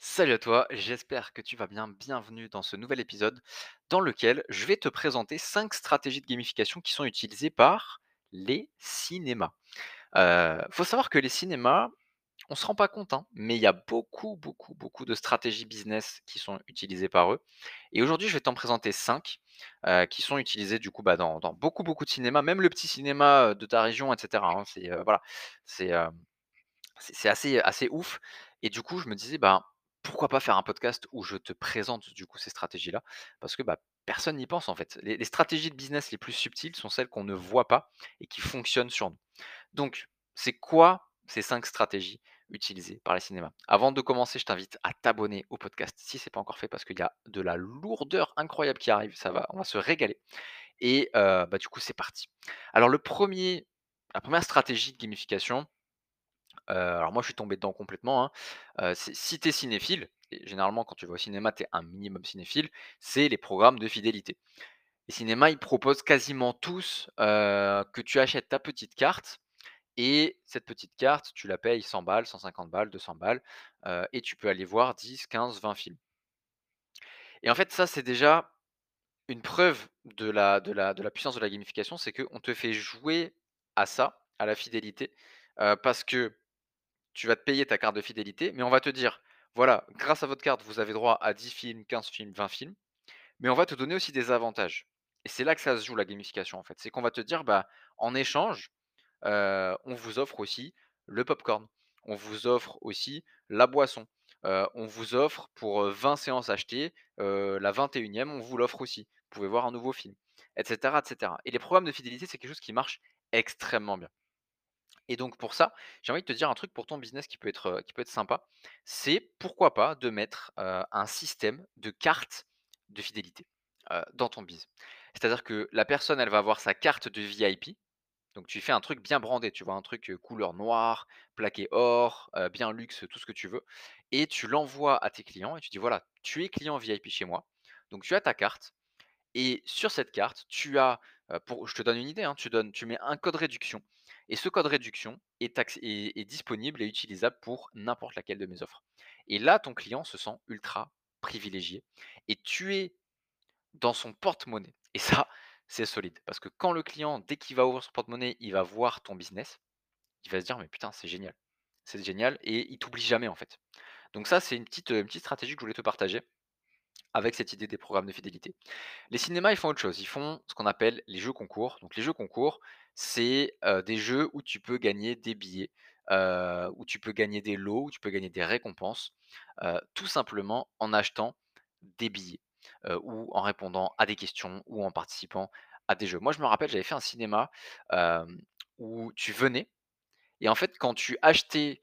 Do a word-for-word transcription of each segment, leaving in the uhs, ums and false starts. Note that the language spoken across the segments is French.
Salut à toi, j'espère que tu vas bien. Bienvenue dans ce nouvel épisode dans lequel je vais te présenter cinq stratégies de gamification qui sont utilisées par les cinémas. Heu, faut savoir que les cinémas, on se rend pas compte, hein, mais il y a beaucoup, beaucoup, beaucoup de stratégies business qui sont utilisées par eux et aujourd'hui, je vais t'en présenter cinq heu, qui sont utilisées du coup, bah, dans dans beaucoup, beaucoup de cinémas, même le petit cinéma, heu, de ta région et cetera, hein. C'est, heu, voilà, c'est, hem c'est c'est assez assez ouf et du coup, je me disais: «Ben, pourquoi pas faire un podcast où je te présente du coup ces stratégies-là?» parce que, bah, personne n'y pense en fait. Les les stratégies de business les plus subtiles sont celles qu'on ne voit pas et qui fonctionnent sur nous. Donc, c'est quoi ces cinq stratégies utilisées par les cinémas? Avant de commencer, je t'invite à t'abonner au podcast si c'est pas encore fait parce qu'il y a de la lourdeur incroyable qui arrive, ça va on va se régaler et heu, bah, du coup, c'est parti. Alors le premier, la première stratégie de gamification. Heu, alors moi je suis tombé dedans complètement, hein. Heu, c'est si tu es cinéphile et généralement quand tu vas au cinéma, tu es un minimum cinéphile, c'est les programmes de fidélité. Les cinémas, ils proposent quasiment tous, heu, que tu achètes ta petite carte et cette petite carte, tu la payes cent balles, cent cinquante balles, deux cents balles, heu et tu peux aller voir dix, quinze, vingt films et en fait ça, c'est déjà une preuve de la de la de la puissance de la gamification, c'est qu'on te fait jouer à ça, à la fidélité, heu, parce que tu vas te payer ta carte de fidélité, mais on va te dire: «Voilà, grâce à votre carte, vous avez droit à dix films, quinze films, vingt films», mais on va te donner aussi des avantages et c'est là que ça se joue la gamification, en fait. C'est qu'on va te dire: «Bah, en échange, heu, on vous offre aussi le popcorn, on vous offre aussi la boisson, heu, on vous offre pour, heu, vingt séances achetées, heu, la vingt et unième, on vous l'offre aussi. Vous pouvez voir un nouveau film» et cetera et cetera et les programmes de fidélité, c'est quelque chose qui marche extrêmement bien. Et donc pour ça, j'ai envie de te dire un truc pour ton business qui peut être, heu, qui peut être sympa, c'est pourquoi pas de mettre, heu, un système de cartes de fidélité, heu, dans ton biz. C'est-à-dire que la personne, elle va avoir sa carte de V I P, donc tu fais un truc bien brandé, tu vois? Un truc, heu, couleur noire, plaqué or, heu, bien luxe, tout ce que tu veux et tu l'envoies à tes clients et tu dis: «Voilà, tu es client V I P chez moi, donc tu as ta carte et sur cette carte, tu as, heu, pour je te donne une idée, hein, tu donnes tu mets un code réduction et ce code réduction est acc est est disponible et utilisable pour n'importe laquelle de mes offres. Et là, ton client se sent ultra privilégié et tu es dans son porte-monnaie et ça, c'est solide parce que quand le client, dès qu'il va ouvrir son porte-monnaie, il va voir ton business, il va se dire: «Mais putain, c'est génial, c'est génial» et il t'oublie jamais, en fait. Donc ça, c'est une petite, heu, une petite stratégie que je voulais te partager avec cette idée des programmes de fidélité. Les cinémas, ils font autre chose. Ils font ce qu'on appelle les jeux concours. Donc les jeux concours, c'est, heu, des jeux où tu peux gagner des billets, heu, où tu peux gagner des lots, où tu peux gagner des récompenses, heu, tout simplement en achetant des billets, heu, ou en répondant à des questions, ou en participant à des jeux. Moi, je me rappelle, j'avais fait un cinéma, hem, où tu venais et en fait, quand tu achetais,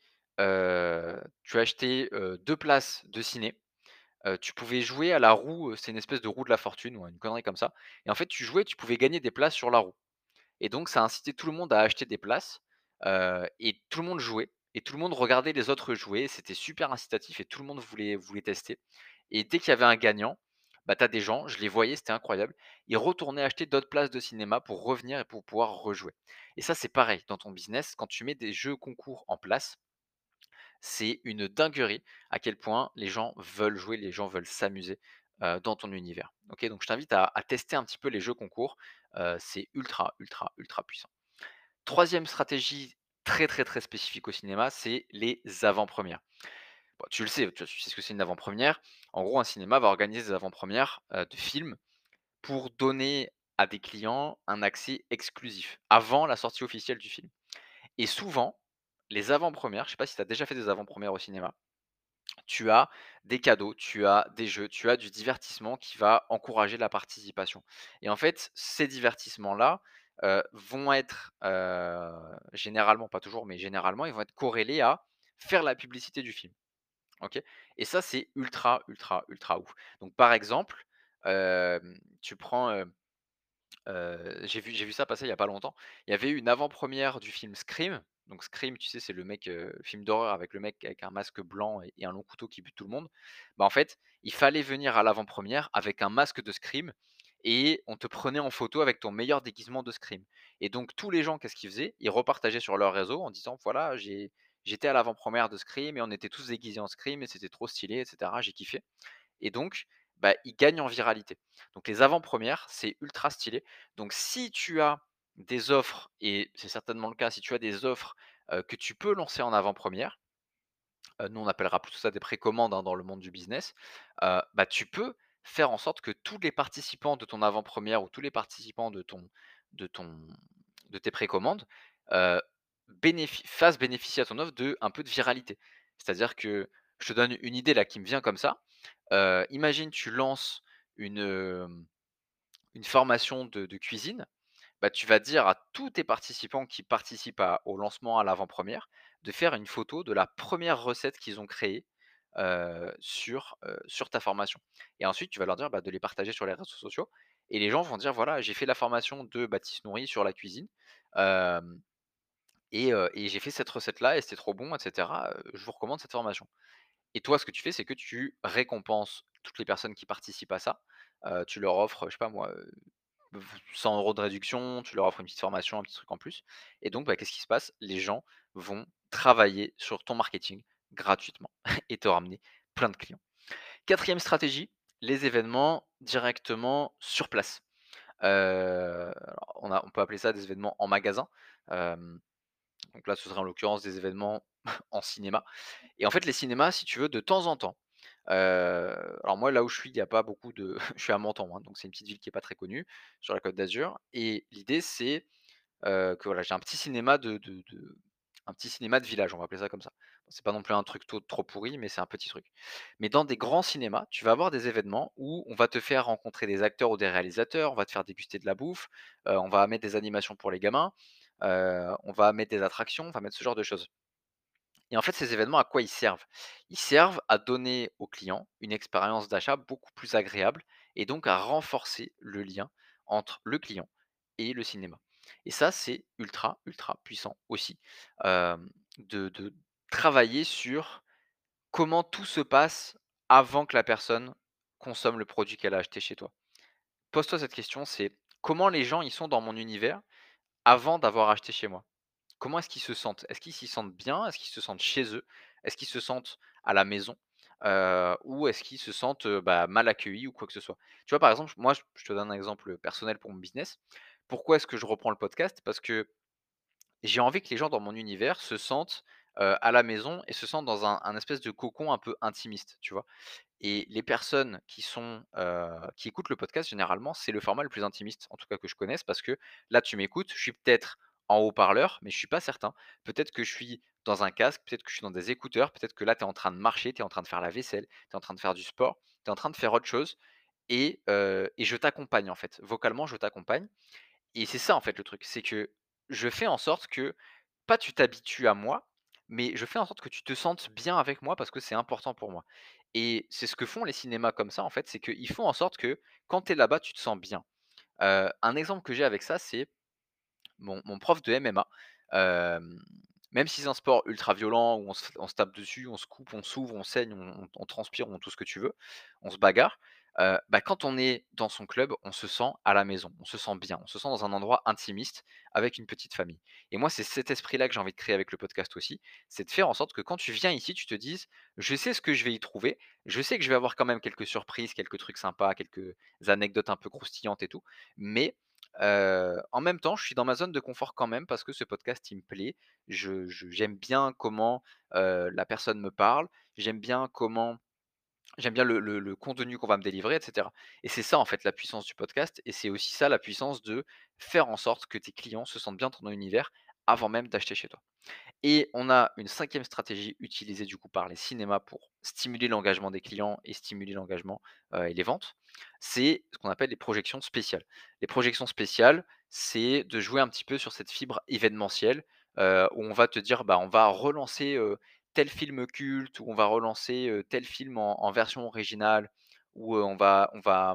heu, tu achetais, heu, deux places de ciné. Heu, tu pouvais jouer à la roue, heu, c'est une espèce de roue de la fortune ou une connerie comme ça et en fait, tu jouais, tu pouvais gagner des places sur la roue et donc ça incitait tout le monde à acheter des places, heu et tout le monde jouait et tout le monde regardait les autres jouer. C'était super incitatif et tout le monde voulait voulait tester et dès qu'il y avait un gagnant, bah, tu as des gens, je les voyais, c'était incroyable, ils retournaient acheter d'autres places de cinéma pour revenir et pour pouvoir rejouer et ça, c'est pareil dans ton business, quand tu mets des jeux concours en place, c'est une dinguerie à quel point les gens veulent jouer, les gens veulent s'amuser, heu, dans ton univers. OK? Donc je t'invite à à tester un petit peu les jeux concours, heu, c'est ultra, ultra, ultra puissant. Troisième stratégie très, très, très spécifique au cinéma, c'est les avant-premières. Bon, tu le sais, tu tu sais ce que c'est une avant-première. En gros, un cinéma va organiser des avant-premières, heu, de films pour donner à des clients un accès exclusif, avant la sortie officielle du film et souvent, les avant-premières, je sais pas si tu as déjà fait des avant-premières au cinéma? Tu as des cadeaux, tu as des jeux, tu as du divertissement qui va encourager la participation et en fait, ces divertissements-là, heu, vont être, heu, généralement, pas toujours, mais généralement, ils vont être corrélés à faire la publicité du film, OK? Et ça, c'est ultra, ultra, ultra ouf. Donc par exemple, hem, tu prends, heu Heu, j'ai vu j'ai vu ça passer il y a pas longtemps. Il y avait eu une avant-première du film Scream. Donc Scream, tu sais, c'est le mec, heu, film d'horreur avec le mec avec un masque blanc et et un long couteau qui bute tout le monde. Bah, en fait, il fallait venir à l'avant-première avec un masque de Scream et on te prenait en photo avec ton meilleur déguisement de Scream. Et donc tous les gens, qu'est-ce qu'ils faisaient? Ils repartageaient sur leur réseau en disant: «Voilà, j'ai J'étais à l'avant-première de Scream et on était tous déguisés en Scream et c'était trop stylé et cetera, j'ai kiffé et donc bah, il gagne en viralité. Donc les avant-premières, c'est ultra stylé. Donc si tu as des offres et c'est certainement le cas, si tu as des offres, heu, que tu peux lancer en avant-première, heu, nous on appellera plutôt ça des précommandes, hein, dans le monde du business, heu, bah, tu peux faire en sorte que tous les participants de ton avant-première ou tous les participants de ton de ton de tes précommandes, heu, bénéfi fassent bénéficier à ton offre de un peu de viralité. C'est-à-dire que je te donne une idée là qui me vient comme ça, heu, imagine tu lances une, hem, une formation de de cuisine, bah, tu vas dire à tous tes participants qui participent à au lancement, à l'avant-première, de faire une photo de la première recette qu'ils ont créée, heu, sur, heu, sur ta formation et ensuite tu vas leur dire, bah, de les partager sur les réseaux sociaux et les gens vont dire: «Voilà, j'ai fait la formation de Baptiste Nourry sur la cuisine, hem et heu et j'ai fait cette recette-là et c'était trop bon et cetera, heu, je vous recommande cette formation». Et toi, ce que tu fais, c'est que tu récompenses toutes les personnes qui participent à ça, heu, tu leur offres, je sais pas moi, heu, v cent euros de réduction, tu leur offres une petite formation, un petit truc en plus et donc bah, qu'est-ce qui se passe? Les gens vont travailler sur ton marketing gratuitement et te ramener plein de clients. Quatrième stratégie, les événements directement sur place. Heu, alors on a on peut appeler ça des événements en magasin, hem, donc là, ce serait en l'occurrence des événements en cinéma et en fait, les cinémas, si tu veux, de temps en temps, heu, alors moi, là où je suis, il y a pas beaucoup de je suis à Menton, hein, donc c'est une petite ville qui est pas très connue sur la Côte d'Azur et l'idée, c'est, heu, que voilà, j'ai un petit cinéma de de de un petit cinéma de village, on va appeler ça comme ça. C'est pas non plus un truc to trop pourri, mais c'est un petit truc. Mais dans des grands cinémas, tu vas avoir des événements où on va te faire rencontrer des acteurs ou des réalisateurs, on va te faire déguster de la bouffe, heu, on va mettre des animations pour les gamins, heu, on va mettre des attractions, on va mettre ce genre de choses. Et en fait, ces événements, à quoi ils servent? Ils servent à donner aux clients une expérience d'achat beaucoup plus agréable et donc à renforcer le lien entre le client et le cinéma. Et ça, c'est ultra, ultra puissant aussi, hem, de de travailler sur comment tout se passe avant que la personne consomme le produit qu'elle a acheté chez toi. Pose-toi cette question, c'est: «Comment les gens, ils sont dans mon univers avant d'avoir acheté chez moi?» Comment est-ce qu'ils se sentent? Est-ce qu'ils s'y sentent bien? Est-ce qu'ils se sentent chez eux? Est-ce qu'ils se sentent à la maison? Heu, ou est-ce qu'ils se sentent, heu, bah, mal accueillis ou quoi que ce soit? Tu vois, par exemple, moi, je je te donne un exemple personnel pour mon business. Pourquoi est-ce que je reprends le podcast? Parce que j'ai envie que les gens dans mon univers se sentent, heu, à la maison et se sentent dans un un espèce de cocon un peu intimiste, tu vois? Et les personnes qui sont, heu, qui écoutent le podcast généralement, c'est le format le plus intimiste, en tout cas que je connaisse, parce que là, tu m'écoutes, je suis peut-être en haut-parleur, mais je suis pas certain. Peut-être que je suis dans un casque, peut-être que je suis dans des écouteurs, peut-être que là, tu es en train de marcher, tu es en train de faire la vaisselle, tu es en train de faire du sport, tu es en train de faire autre chose et heu et je t'accompagne, en fait. Vocalement, je t'accompagne et c'est ça, en fait, le truc, c'est que je fais en sorte que, pas tu t'habitues à moi, mais je fais en sorte que tu te sentes bien avec moi parce que c'est important pour moi. Et c'est ce que font les cinémas comme ça, en fait, c'est qu'ils font en sorte que quand tu es là-bas, tu te sens bien. Heu, un exemple que j'ai avec ça, c'est mon mon prof de M M A, hem, même si c'est un sport ultra violent où on se on se tape dessus, on se coupe, on s'ouvre, on saigne, on on on transpire, on tout ce que tu veux, on se bagarre, heu, bah, quand on est dans son club, on se sent à la maison, on se sent bien, on se sent dans un endroit intimiste avec une petite famille et moi, c'est cet esprit-là que j'ai envie de créer avec le podcast aussi, c'est de faire en sorte que quand tu viens ici, tu te dises: «Je sais ce que je vais y trouver, je sais que je vais avoir quand même quelques surprises, quelques trucs sympas, quelques anecdotes un peu croustillantes et tout, mais Heu, en même temps, je suis dans ma zone de confort quand même parce que ce podcast, il me plaît. Je je j'aime bien comment, heu, la personne me parle. J'aime bien comment j'aime bien le le le contenu qu'on va me délivrer et cetera et c'est ça, en fait, la puissance du podcast et c'est aussi ça, la puissance de faire en sorte que tes clients se sentent bien dans ton univers avant même d'acheter chez toi. Et on a une cinquième stratégie utilisée du coup par les cinémas pour stimuler l'engagement des clients et stimuler l'engagement, heu, et les ventes. C'est ce qu'on appelle les projections spéciales. Les projections spéciales, c'est de jouer un petit peu sur cette fibre événementielle, heu, où on va te dire: «Bah, on va relancer, heu, tel film culte» ou «On va relancer, heu, tel film en en version originale» ou, heu, «On va on va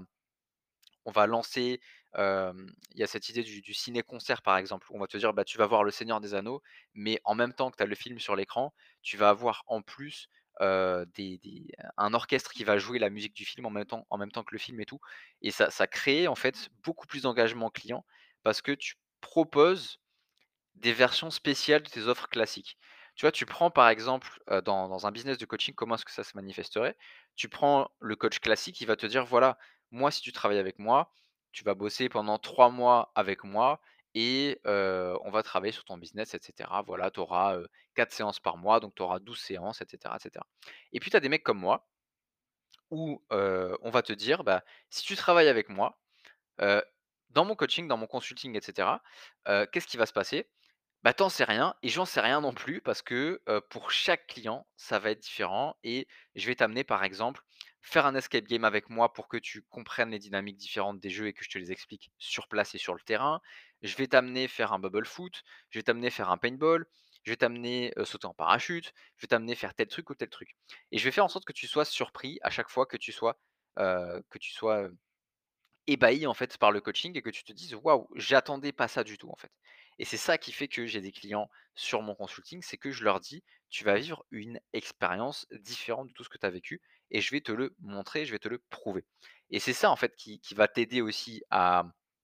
on va lancer», hem, il y a cette idée du du ciné-concert, par exemple, où on va te dire: «Bah, tu vas voir Le Seigneur des Anneaux, mais en même temps que tu as le film sur l'écran, tu vas avoir en plus, heu, des des un orchestre qui va jouer la musique du film en même temps en même temps que le film et tout» et ça ça crée, en fait, beaucoup plus d'engagement client parce que tu proposes des versions spéciales de tes offres classiques. Tu vois, tu prends par exemple, heu, dans dans un business de coaching, comment est-ce que ça se manifesterait? Tu prends le coach classique, il va te dire: «Voilà, moi, si tu travailles avec moi, tu vas bosser pendant trois mois avec moi et heu, on va travailler sur ton business et cetera. Voilà, tu auras, heu, quatre séances par mois, donc tu auras douze séances et cetera et cetera». Et puis tu as des mecs comme moi où, heu, on va te dire: «Bah, si tu travailles avec moi, Heu, dans mon coaching, dans mon consulting et cetera, heu, qu'est-ce qui va se passer? Bah, tu sais rien et j'en sais rien non plus parce que, heu, pour chaque client, ça va être différent et je vais t'amener, par exemple, faire un escape game avec moi pour que tu comprennes les dynamiques différentes des jeux et que je te les explique sur place et sur le terrain. Je vais t'amener faire un bubble foot, je vais t'amener faire un paintball, je vais t'amener, heu, sauter en parachute, je vais t'amener faire tel truc ou tel truc et je vais faire en sorte que tu sois surpris à chaque fois que tu sois, heu, que tu sois, ébahi en fait par le coaching et que tu te dises: «Waouh, j'attendais pas ça du tout en fait» et c'est ça qui fait que j'ai des clients sur mon consulting, c'est que je leur dis: «Tu vas vivre une expérience différente de tout ce que tu as vécu et je vais te le montrer, je vais te le prouver» et c'est ça en fait qui qui va t'aider aussi à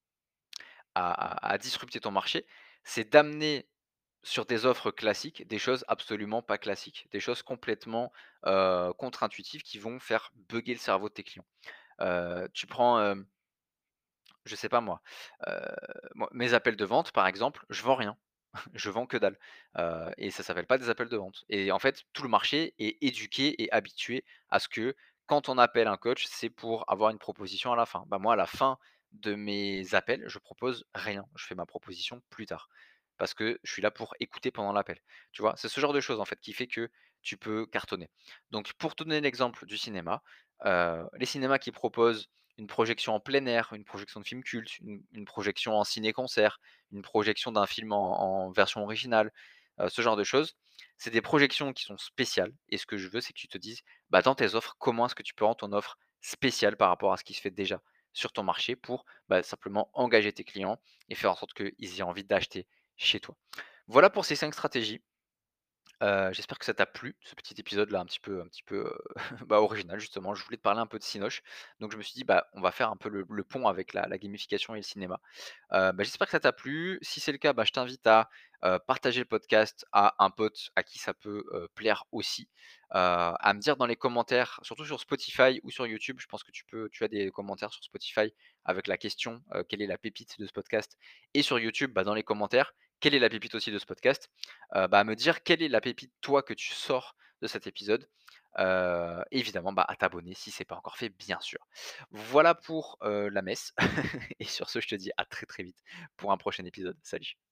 à à à disrupter ton marché, c'est d'amener sur des offres classiques, des choses absolument pas classiques, des choses complètement, heu, contre-intuitives qui vont faire bugger le cerveau de tes clients. Heu, tu prends, hem je sais pas moi, heu, moi mes appels de vente par exemple, je vends rien, je vends que dalle, heu et ça s'appelle pas des appels de vente et en fait, tout le marché est éduqué et habitué à ce que quand on appelle un coach, c'est pour avoir une proposition à la fin. Bah, moi à la fin de mes appels, je propose rien, je fais ma proposition plus tard. Parce que je suis là pour écouter pendant l'appel, tu vois? C'est ce genre de choses en fait qui fait que tu peux cartonner. Donc pour te donner l'exemple du cinéma, heu, les cinémas qui proposent une projection en plein air, une projection de film culte, une une projection en ciné-concert, une projection d'un film en en version originale, heu, ce genre de choses. C'est des projections qui sont spéciales et ce que je veux, c'est que tu te dises, bah, dans tes offres, comment est-ce que tu peux rendre ton offre spéciale par rapport à ce qui se fait déjà sur ton marché pour, bah, simplement engager tes clients et faire en sorte qu'ils aient envie d'acheter chez toi. Voilà pour ces cinq stratégies. Heu, j'espère que ça t'a plu, ce petit épisode-là un petit peu un petit peu, heu, bah, original justement. Je voulais te parler un peu de cinoche, donc je me suis dit: «Bah, on va faire un peu le le pont avec la la gamification et le cinéma». Heu, bah, j'espère que ça t'a plu. Si c'est le cas, bah, je t'invite à, heu, partager le podcast à un pote à qui ça peut, heu, plaire aussi, heu, à me dire dans les commentaires, surtout sur Spotify ou sur YouTube, je pense que tu peux tu as des commentaires sur Spotify avec la question, heu: «Quelle est la pépite de ce podcast?» et sur YouTube, bah, dans les commentaires: «Quelle est la pépite aussi de ce podcast?» heu, bah, à me dire quelle est la pépite toi que tu sors de cet épisode. Heu, évidemment, bah, à t'abonner si c'est pas encore fait, bien sûr. Voilà pour, heu, la messe et sur ce, je te dis à très, très vite pour un prochain épisode. Salut.